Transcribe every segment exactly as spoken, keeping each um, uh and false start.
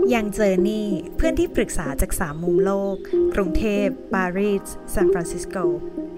ยังเจอนี่เพื่อนที่ปรึกษาจากสามมุมโลกกรุงเทพปารีสซานฟรานซิสโก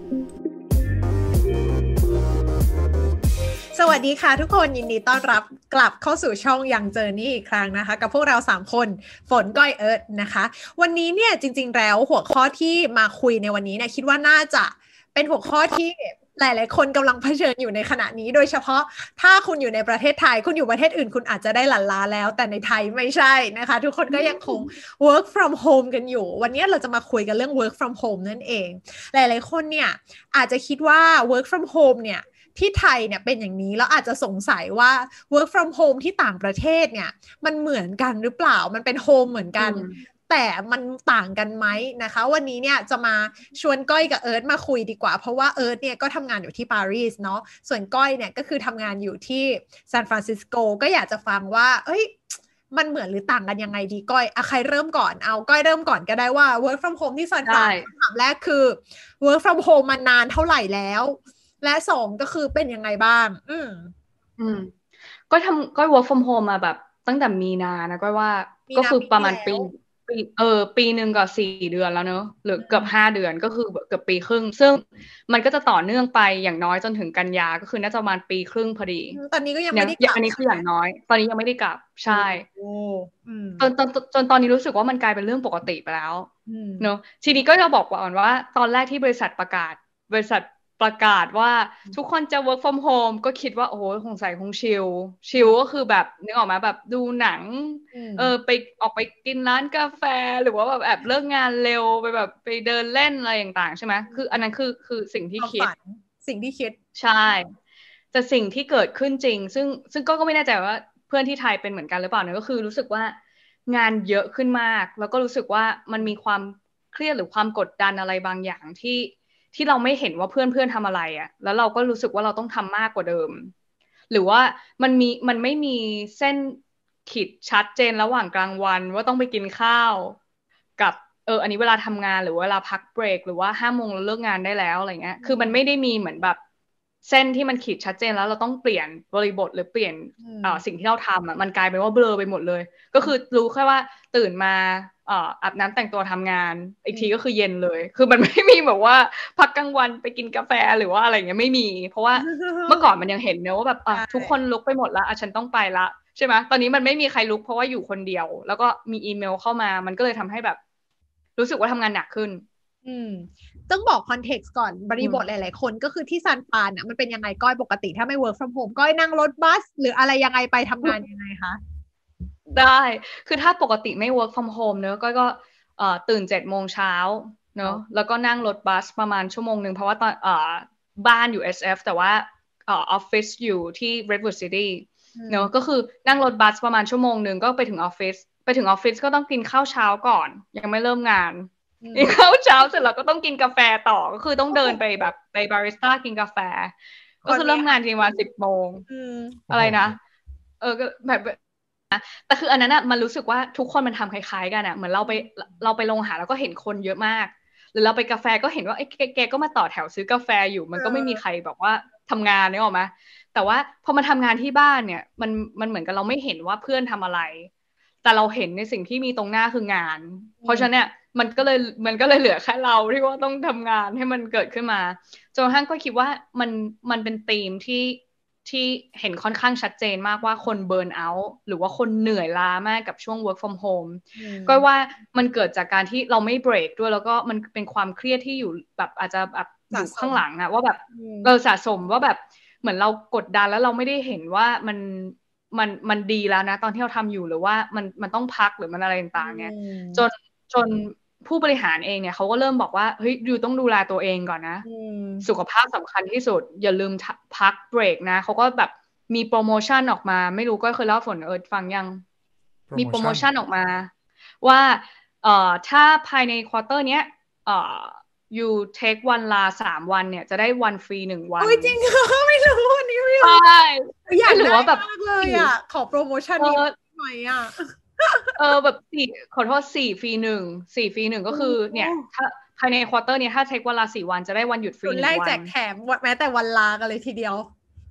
สวัสดีค่ะทุกคนยินดีต้อนรับกลับเข้าสู่ช่องยังเจอนี่อีกครั้งนะคะกับพวกเราสามคนฝนก้อยเอิร์ธนะคะวันนี้เนี่ยจริงๆแล้วหัวข้อที่มาคุยในวันนี้เนี่ยคิดว่าน่าจะเป็นหัวข้อที่หลายๆคนกำลังเผชิญอยู่ในขณะนี้โดยเฉพาะถ้าคุณอยู่ในประเทศไทยคุณอยู่ประเทศอื่นคุณอาจจะได้หลั่นล้าแล้วแต่ในไทยไม่ใช่นะคะทุกคนก็ยังคง work from home กันอยู่วันนี้เราจะมาคุยกันเรื่อง work from home นั่นเองหลายๆคนเนี่ยอาจจะคิดว่า work from home เนี่ยที่ไทยเนี่ยเป็นอย่างนี้แล้วอาจจะสงสัยว่า work from home ที่ต่างประเทศเนี่ยมันเหมือนกันหรือเปล่ามันเป็นโฮมเหมือนกันแต่มันต่างกันไหมนะคะวันนี้เนี่ยจะมาชวนก้อยกับเอิร์ธมาคุยดีกว่าเพราะว่าเอิร์ธเนี่ยก็ทำงานอยู่ที่ปารีสเนาะส่วนก้อยเนี่ยก็คือทำงานอยู่ที่ซานฟรานซิสโกก็อยากจะฟังว่าเอ้ยมันเหมือนหรือต่างกันยังไงดีก้อยอะใครเริ่มก่อนเอาก้อยเริ่มก่อนก็ได้ว่า work from home ที่ซานฟรานคำถามแรกคือ work from home มานานเท่าไหร่แล้วและสองก็คือเป็นยังไงบ้างอืมอืมก็ทำก็ work from home มาแบบตั้งแต่มีนานะก็ว่าก็คือประมาณปีปีเออปีหนึ่งกับสี่เดือนแล้วเนอะหรือเกือบห้าเดือนก็คือเกือบปีครึ่งซึ่งมันก็จะต่อเนื่องไปอย่างน้อยจนถึงกันยาก็คือน่าจะประมาณปีครึ่งพอดีตอนนี้ก็ยังไม่ได้กลับอันนี้คืออย่างน้อยตอนนี้ยังไม่ได้กลับใช่โอ้จนจนจนตอนนี้รู้สึกว่ามันกลายเป็นเรื่องปกติไปแล้วเนอะทีนี้ก็จะบอกก่อนว่าตอนแรกที่บริษัทประกาศบริษัทประกาศว่าทุกคนจะ work from home ก็คิดว่าโอ้โหคงใส่คงชิลชิลก็คือแบบนึกออกมาแบบดูหนังเออไปออกไปกินร้านกาแฟหรือว่าแบบแอบเลิกงานเร็วไปแบบไปเดินเล่นอะไรต่างๆใช่ไหมคืออันนั้นคือคือสิ่งที่คิดสิ่งที่คิดใช่แต่สิ่งที่เกิดขึ้นจริงซึ่งซึ่งก็ก็ไม่แน่ใจว่าเพื่อนที่ไทยเป็นเหมือนกันหรือเปล่าเนี่ยก็คือรู้สึกว่างานเยอะขึ้นมากแล้วก็รู้สึกว่ามันมีความเครียดหรือความกดดันอะไรบางอย่างที่ที่เราไม่เห็นว่าเพื่อนเพื่อนทำอะไรอ่ะแล้วเราก็รู้สึกว่าเราต้องทำมากกว่าเดิมหรือว่ามันมีมันไม่มีเส้นขีดชัดเจนระหว่างกลางวันว่าต้องไปกินข้าวกับเอออันนี้เวลาทำงานหรือเวลาพักเบรกหรือว่าห้าโมงเราเลิกงานได้แล้วอะไรเงี้ยคือมันไม่ได้มีเหมือนแบบเส้นที่มันขีดชัดเจนแล้วเราต้องเปลี่ยนบริบทหรือเปลี่ยนเอ่อสิ่งที่เราทำอ่ะมันกลายเป็นว่าเบลอไปหมดเลยก็คือรู้แค่ว่าตื่นมาเอ่ออาบน้ำแต่งตัวทำงานอีกทีก็คือเย็นเลยคือมันไม่มีแบบว่าพักกลางวันไปกินกาแฟหรือว่าอะไรเงี้ยไม่มีเพราะว่าเมื่อก่อนมันยังเห็นเนอะว่าแบบอ่ะทุกคนลุกไปหมดแล้วอ่ะฉันต้องไปละใช่ไหมตอนนี้มันไม่มีใครลุกเพราะว่าอยู่คนเดียวแล้วก็มีอีเมลเข้ามามันก็เลยทำให้แบบรู้สึกว่าทำงานหนักขึ้นอืมต้องบอกคอนเท็กซ์ก่อนบริบทหลายๆคนก็คือที่ซานฟรานอ่ะมันเป็นยังไงก้อยปกติถ้าไม่ work from home ก้อยนั่งรถบัสหรืออะไรยังไงไปทำงานยังไงคะได้คือถ้าปกติไม่ work from home เนอะก้อยก็เอ่อตื่นเจ็ดโมงเช้าเนอะแล้วก็นั่งรถบัสประมาณชั่วโมงหนึ่งเพราะว่าตอนเอ่อบ้านอยู่ เอส เอฟ แต่ว่าเอ่อออฟฟิศอยู่ที่ Redwood City เนอะก็คือนั่งรถบัสประมาณชั่วโมงหนึ่งก็ไปถึงออฟฟิศไปถึงออฟฟิศก็ต้องกินข้าวเช้าก่อนยังไม่เริ่มงานกินข้าวเช้าเสร็จแล้วก็ต้องกินกาแฟต่อก็คือต้องเดินไปแบบไปบาริสต้ากินกาแฟก็คือเริ่มงานจริงวันสิบโมงอะไรนะเออก็แบบแต่คืออันนั้นอ่ะมันรู้สึกว่าทุกคนมันทำคล้ายๆกันอ่ะเหมือนเราไปเราไปโรงอาหารแล้วก็เห็นคนเยอะมากหรือเราไปกาแฟก็เห็นว่าไอ้แกก็มาต่อแถวซื้อกาแฟอยู่มันก็ไม่มีใครแบบว่าทำงานเนี่ยหรอไหมแต่ว่าพอมาทำงานที่บ้านเนี่ยมันมันเหมือนกับเราไม่เห็นว่าเพื่อนทำอะไรแต่เราเห็นในสิ่งที่มีตรงหน้าคืองานเพราะฉะนั้นเนี่ยมันก็เลยมันก็เลยเหลือแค่เราที่ว่าต้องทำงานให้มันเกิดขึ้นมาจนกระทั่งก็คิดว่ามันมันเป็นธีมที่ที่เห็นค่อนข้างชัดเจนมากว่าคนเบิร์นเอาท์หรือว่าคนเหนื่อยล้ามากกับช่วง work from home ก็ว่ามันเกิดจากการที่เราไม่เบรกด้วยแล้วก็มันเป็นความเครียดที่อยู่แบบอาจจะแบบอยู่ข้างหลังอะว่าแบบเราสะสมว่าแบบเหมือนเรากดดันแล้วเราไม่ได้เห็นว่ามันมันมันดีแล้วนะตอนที่เราทำอยู่หรือว่ามันมันต้องพักหรือมันอะไรต่างๆเนี่ยจนจนผู้บริหารเองเนี่ยเขาก็เริ่มบอกว่าเฮ้ยยูต้องดูแลตัวเองก่อนนะสุขภาพสำคัญที่สุดอย่าลืมพักเบรกนะเขาก็แบบมีโปรโมชั่นออกมาไม่รู้ก็เคยเล่าฝนเอิร์ธฟังยังมีโปรโมชั่นออกมาว่าเอ่อถ้าภายในควอเตอร์เนี้ยเอ่อ you take วันลาสามวันเนี่ยจะได้วันฟรีหนึ่งวันโอ้ยจริงเหรอไม่รู้อันนี้ไม่รู้ใช่อยากได้มากเลยอ่ะขอโปรโมชั่นนี้หน่อยอ่ะเออแบบสี่ขอโทษสี่ฟรีหนึ่งสี่ฟรีหนึ่งก็คือเนี่ยถ้าภายในควอเตอร์เนี่ยถ้าเทควันละสี่วันจะได้วันหยุดฟรีหนึ่งวันแรกแจกแถมแม้แต่วันลากันเลยทีเดียว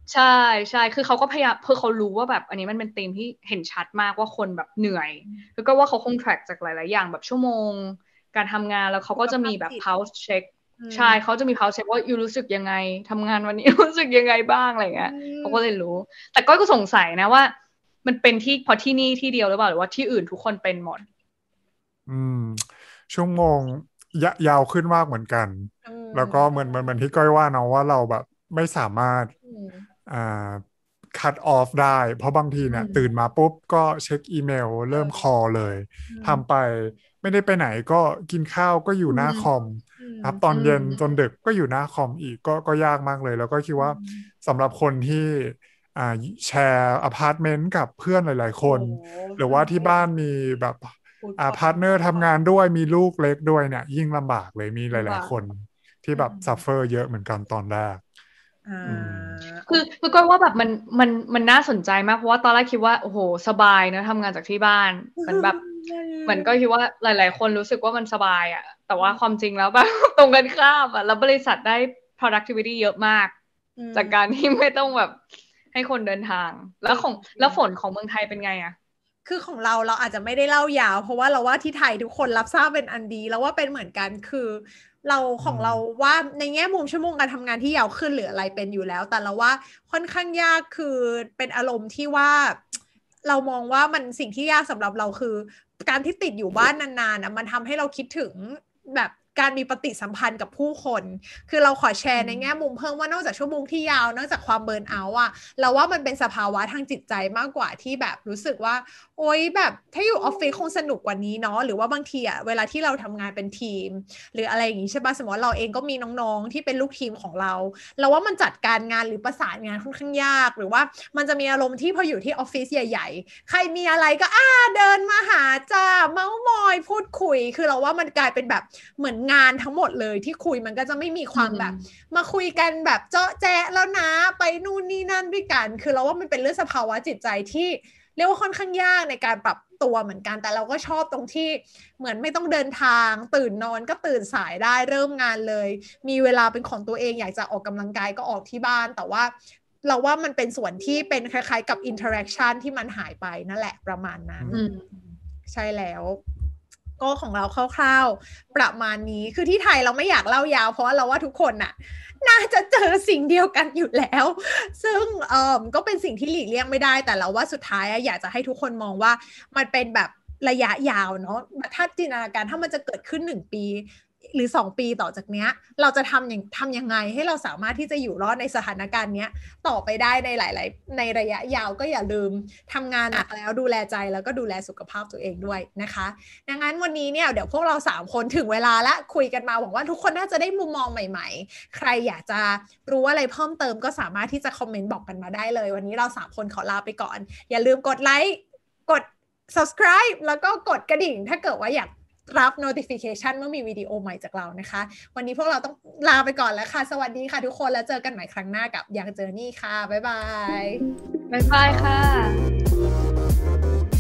ใช่ใช่คือเขาก็พยายามเพื่อเขารู้ว่าแบบอันนี้มันเป็นธีมที่เห็นชัดมากว่าคนแบบเหนื่อยแล้วก็ว่าเขาคง track จากหลายๆอย่างแบบชั่วโมงการทำงานแล้วเขาก็จะมีแบบ pulse check ใช่เขาจะมี pulse check ว่าอยู่รู้สึกยังไงทำงานวันนี้ รู้สึกยังไงบ้างอะไรเงี้ยเขาก็เลยรู้แต่ก้อยก็สงสัยนะว่ามันเป็นที่พอที่นี่ที่เดียวหรือเปล่าหรือว่าที่อื่นทุกคนเป็นหมดอืมชั่วโมงยะยาวขึ้นมากเหมือนกัน แล้วก็เหมือนเหมือนเหมือนที่ก้อยว่าเนาะว่าเราแบบไม่สามารถอ่า cut off ได้ เพราะบางทีเนี่ยตื่นมาปุ๊บก็เช็คอีเมลเริ่มคอลเลยทำไปไม่ได้ไปไหนก็กินข้าวก็อยู่หน้าคอมครับตอนเย็นจนดึกก็อยู่หน้าคอมอีกก็ก็ยากมากเลย แล้วก็คิดว่าสำหรับคนที่อ่าแชร์อพาร์ตเมนต์กับเพื่อนหลายๆคนหรือว่าที่บ้านมีแบบอ่าพาร์ทเนอร์ทำงานด้วยมีลูกเล็กด้วยเนี่ยยิ่งลำบากเลยมีหลายๆคนที่แบบซัฟเฟอร์เยอะเหมือนกันตอนแรกคือคือก็ว่าแบบมันมันมันน่าสนใจมากเพราะว่าตอนแรกคิดว่าโอ้โหสบายนะทำงานจากที่บ้านเหมือนแบบเหมือนก็คิดว่าหลายๆคนรู้สึกว่ามันสบายอ่ะแต่ว่าความจริงแล้วแบบตรงกันข้ามอ่ะแล้วบริษัทได้ productivity เยอะมากจากการที่ไม่ต้องแบบให้คนเดินทางแล้วของแล้วฝนของเมืองไทยเป็นไงอ่ะคือของเราเราอาจจะไม่ได้เล่ายาวเพราะว่าเราว่าที่ไทยทุกคนรับทราบเป็นอันดีแล้วว่าเป็นเหมือนกันคือเราของเราว่าในแง่มุมชั่วโมงการทำงานที่ยาวขึ้นหรืออะไรเป็นอยู่แล้วแต่เราว่าค่อนข้างยากคือเป็นอารมณ์ที่ว่าเรามองว่ามันสิ่งที่ยากสำหรับเราคือการที่ติดอยู่บ้านนานๆนะมันทำให้เราคิดถึงแบบการมีปฏิสัมพันธ์กับผู้คนคือเราขอแชร์ในแง่มุมเพิ่มว่านอกจากชั่วโมงที่ยาวนอกจากความเบิร์นเอาท์อะเราว่ามันเป็นสภาวะทางจิตใจมากกว่าที่แบบรู้สึกว่าโอ๊ยแบบถ้าอยู่ออฟฟิศคงสนุกกว่านี้เนาะหรือว่าบางทีอะเวลาที่เราทำงานเป็นทีมหรืออะไรอย่างงี้ใช่ป่ะสมมติว่าเราเองก็มีน้องๆที่เป็นลูกทีมของเราเราว่ามันจัดการงานหรือประสานงานค่อนข้างยากหรือว่ามันจะมีอารมณ์ที่พออยู่ที่ออฟฟิศใหญ่ๆใครมีอะไรก็อ้าเดินมาหาจ้าเม้ามอยพูดคุยคือเราว่ามันกลายเป็นแบบเหมือนงานทั้งหมดเลยที่คุยมันก็จะไม่มีความแบบมาคุยกันแบบเจาะแจ๊ะแล้วนะไปนู่นนี่นั่นด้วยกันคือเราว่ามันเป็นเรื่องสภาวะจิตใจที่เรียกว่าค่อนข้างยากในการปรับตัวเหมือนกันแต่เราก็ชอบตรงที่เหมือนไม่ต้องเดินทางตื่นนอนก็ตื่นสายได้เริ่มงานเลยมีเวลาเป็นของตัวเองอยากจะออกกำลังกายก็ออกที่บ้านแต่ว่าเราว่ามันเป็นส่วนที่เป็นคล้ายๆกับอินเทอร์แอคชั่นที่มันหายไปนั่นแหละประมาณนั้นใช่แล้วก็ของเราคร่าวๆประมาณนี้คือที่ไทยเราไม่อยากเล่ายาวเพราะว่าเราว่าทุกคนน่ะน่าจะเจอสิ่งเดียวกันอยู่แล้วซึ่งเอ่อก็เป็นสิ่งที่หลีกเลี่ยงไม่ได้แต่เราว่าสุดท้ายอยากจะให้ทุกคนมองว่ามันเป็นแบบระยะยาวเนาะถ้าจินตนาการถ้ามันจะเกิดขึ้นหนึ่งปีหรือสองปีต่อจากเนี้ยเราจะทำอย่างทำยังไงให้เราสามารถที่จะอยู่รอดในสถานการณ์เนี้ยต่อไปได้ในหลายๆในระยะยาวก็อย่าลืมทำงานหนักแล้วดูแลใจแล้วก็ดูแลสุขภาพตัวเองด้วยนะคะดังนั้นวันนี้เนี่ยเดี๋ยวพวกเราสามคนถึงเวลาละคุยกันมาหวังว่าทุกคนน่าจะได้มุมมองใหม่ๆใครอยากจะรู้อะไรเพิ่มเติมก็สามารถที่จะคอมเมนต์บอกกันมาได้เลยวันนี้เราสามคนขอลาไปก่อนอย่าลืมกดไลค์กด subscribe แล้วก็กดกระดิ่งถ้าเกิดว่าอยากรับ notification เมื่อมีวิดีโอใหม่จากเรานะคะวันนี้พวกเราต้องลาไปก่อนแล้วค่ะสวัสดีค่ะทุกคนแล้วเจอกันใหม่ครั้งหน้ากับยังเจอนี่ค่ะบ๊ายบายบ๊ายบายค่ะ